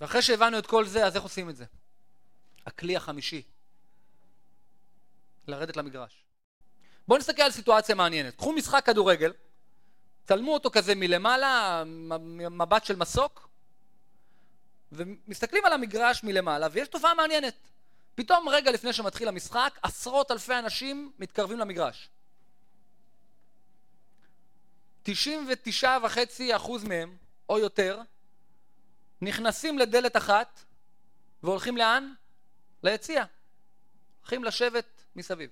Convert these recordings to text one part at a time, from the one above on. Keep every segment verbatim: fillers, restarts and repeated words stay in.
ואחרי שהבנו את כל זה, אז איך עושים את זה? הכלי החמישי, לרדת למגרש. בואו נסתכל על סיטואציה מעניינת. קחו משחק כדורגל, צלמו אותו כזה מלמעלה, מבט של מסוק, ומסתכלים על המגרש מלמעלה, ויש תופעה מעניינת. פתאום רגע לפני שמתחיל המשחק, עשרות אלפי אנשים מתקרבים למגרש. תשעים ותשע נקודה חמש אחוז מהם, או יותר, נכנסים לדלת אחת, והולכים לאן? ליציע. הולכים לשבת מסביב.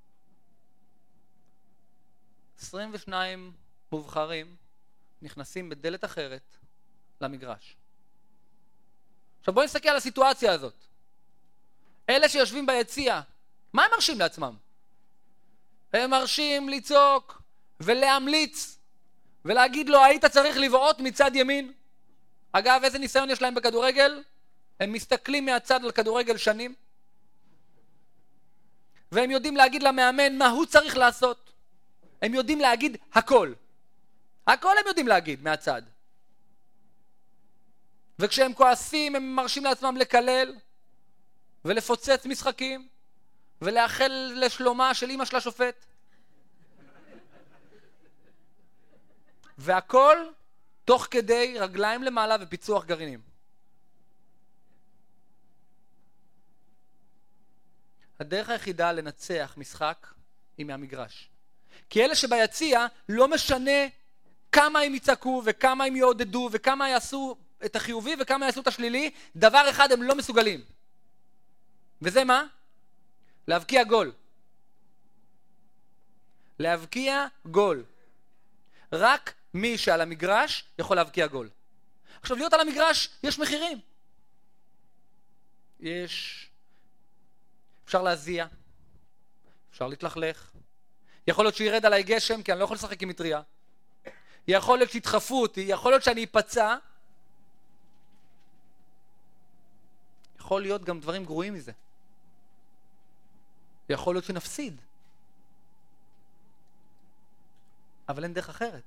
עשרים ושניים מובחרים נכנסים בדלת אחרת למגרש. עכשיו בואו נסתכל על הסיטואציה הזאת. אלה שיושבים ביציע, מה הם מרשים לעצמם? הם מרשים לצעוק ולהמליץ ולהגיד לו, היית צריך לבעוט מצד ימין. אגב, איזה ניסיון יש להם בכדורגל? הם מסתכלים מהצד על כדורגל שנים, והם יודעים להגיד למאמן מה הוא צריך לעשות. הם יודעים להגיד הכל. הכל הם יודעים להגיד מהצד. וכשהם כועסים, הם מרשים לעצמם לקלל, ולפוצץ משחקים, ולאחל לשלומה של אמא של השופט. והכל תוך כדי רגליים למעלה ופיצוח גרעינים. הדרך היחידה לנצח משחק היא מהמגרש. כי אלה שביציע לא משנה כמה הם יצעקו וכמה הם יעודדו וכמה יעשו את החיובי וכמה יעשו את השלילי, דבר אחד הם לא מסוגלים. וזה מה? להבקיע גול. להבקיע גול. רק מי שעל המגרש יכול להבקיע גול. עכשיו, להיות על המגרש יש מחירים. יש... אפשר להזיע, אפשר להתלכלך. יכול להיות שירד עליי גשם, כי אני לא יכול לשחק עם מטריה. יכול להיות שידחפו אותי, יכול להיות שאני אפצע. יכול להיות גם דברים גרועים מזה. יכול להיות שנפסיד. אבל אין דרך אחרת.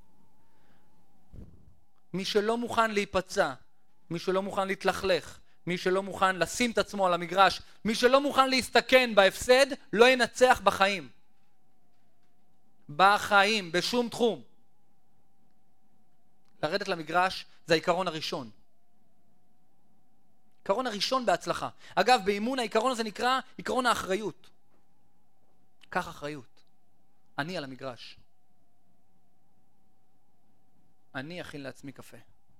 מי שלא מוכן להיפצע, מי שלא מוכן להתלכלך, מי שלא מוכן לשים את עצמו על המגרש, מי שלא מוכן להסתכן בהפסד, לא ינצח בחיים. בחיים, בשום תחום. לרדת למגרש זה העיקרון הראשון. העיקרון הראשון בהצלחה. אגב, באימון העיקרון הזה נקרא עיקרון האחריות. קח אחריות. אני על המגרש. אני אכין לעצמי קפה.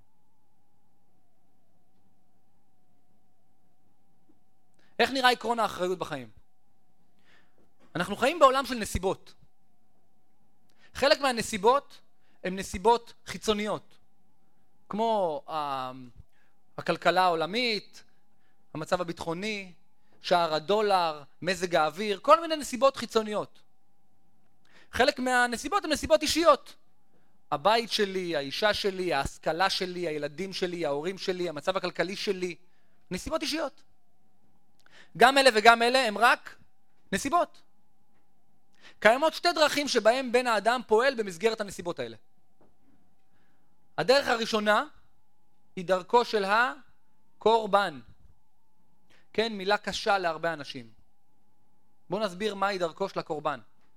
איך נראה עקרון האחריות בחיים? אנחנו חיים בעולם של נסיבות. חלק מהנסיבות הן נסיבות חיצוניות, כמו הכלכלה העולמית, המצב הביטחוני, שער הדולר, מזג האוויר, כל מיני נסיבות חיצוניות. חלק מהנסיבות הן נסיבות אישיות. הבית שלי, האישה שלי, ההשכלה שלי, הילדים שלי, ההורים שלי, המצב הכלכלי שלי, נסיבות אישיות. גם אלה וגם אלה הם רק נסיבות. קיימות שתי דרכים שבהם בן האדם פועל במסגרת הנסיבות האלה. הדרך הראשונה היא דרכו של הקורבן. כן, מילה קשה להרבה אנשים. בואו נסביר מהי דרכו של הקורבן.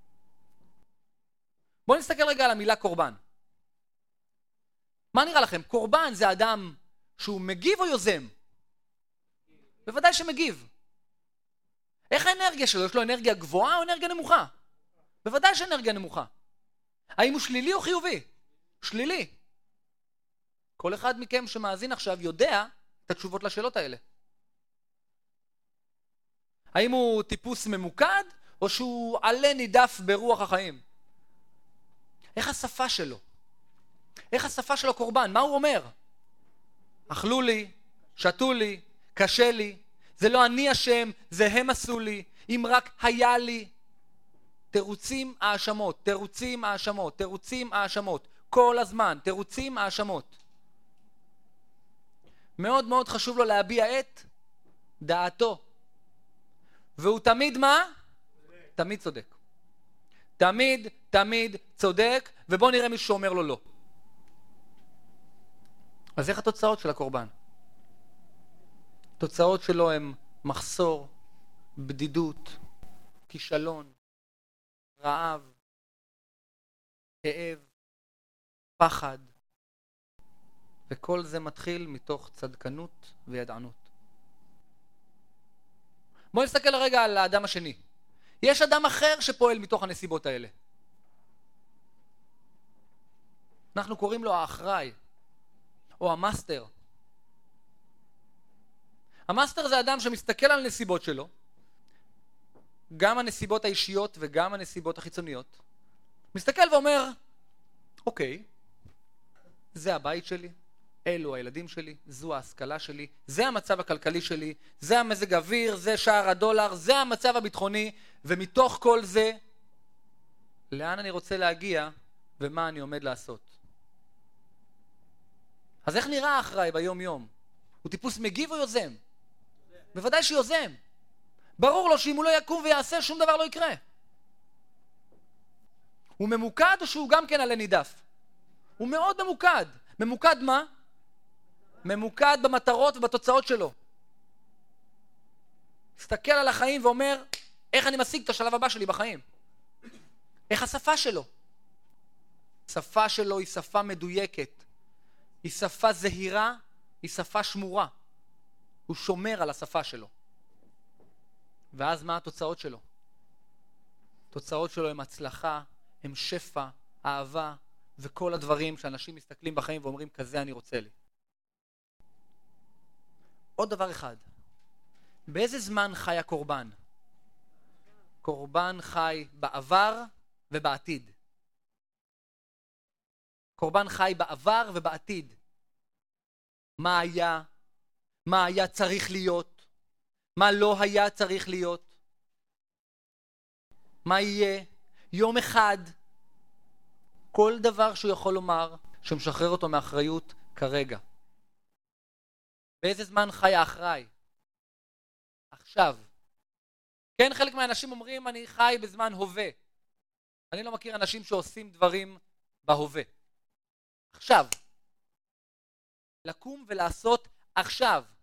בואו נסתכל רגע על המילה קורבן. מה נראה לכם? קורבן זה אדם שהוא מגיב או יוזם? בוודאי שמגיב. איך האנרגיה שלו? יש לו אנרגיה גבוהה או אנרגיה נמוכה? בוודאי שאנרגיה נמוכה. האם הוא שלילי או חיובי? שלילי. כל אחד מכם שמאזין עכשיו יודע את התשובות לשאלות האלה. האם הוא טיפוס ממוקד או שהוא עלה נידף ברוח החיים? איך השפה שלו? איך השפה של הקורבן? מה הוא אומר? אכלו לי, שתו לי, קשה לי, זה לא אני אשם, זה הם עשו לי, אם רק היה לי. תירוצים האשמות, תירוצים האשמות, תירוצים האשמות, כל הזמן, תירוצים האשמות. מאוד מאוד חשוב לו להביע את דעתו. והוא תמיד מה? תמיד צודק. תמיד, תמיד צודק, ובוא נראה מישהו שאומר לו לא. אז איך התוצאות של הקורבן? תוצאות שלו הם מחסור, בדידות, כישלון, רעב, כאב, פחד, וכל זה מתחיל מתוך צדקנות וידענות. בואו נסתכל רגע על האדם השני. יש אדם אחר שפועל מתוך הנסיבות האלה. אנחנו קוראים לו האחראי, או המאסטר. המאסטר זה אדם שמסתכל על הנסיבות שלו, גם הנסיבות האישיות וגם הנסיבות החיצוניות. מסתכל ואומר, אוקיי, זה הבית שלי, אלו הילדים שלי, זו ההשכלה שלי, זה המצב הכלכלי שלי, זה המזג האוויר, זה שער הדולר, זה המצב הביטחוני, ומתוך כל זה, לאן אני רוצה להגיע ומה אני עומד לעשות. אז איך נראה האחראי ביום יום? הוא טיפוס מגיב או יוזם? בוודאי שיוזם. ברור לו שאם הוא לא יקום ויעשה, שום דבר לא יקרה. הוא ממוקד או שהוא גם כן עלי נידף? הוא מאוד ממוקד. ממוקד מה? ממוקד במטרות ובתוצאות שלו. מסתכל על החיים ואומר, איך אני משיג את השלב הבא שלי בחיים? איך השפה שלו? שפה שלו היא שפה מדויקת. היא שפה זהירה, היא שפה שמורה. הוא שומר על השפה שלו. ואז מה התוצאות שלו? התוצאות שלו הם הצלחה, הם שפע, אהבה, וכל הדברים שאנשים מסתכלים בחיים ואומרים, כזה אני רוצה לי. עוד דבר אחד. באיזה זמן חי הקורבן? קורבן חי בעבר ובעתיד. קורבן חי בעבר ובעתיד. מה היה? מה היה צריך להיות? מה לא היה צריך להיות? מה יהיה? יום אחד, כל דבר שהוא יכול לומר, שמשחרר אותו מאחריות כרגע. באיזה זמן חי האחראי? עכשיו. כן, חלק מהאנשים אומרים, אני חי בזמן הווה. אני לא מכיר אנשים שעושים דברים בהווה. עכשיו. לקום ולעשות עכשיו.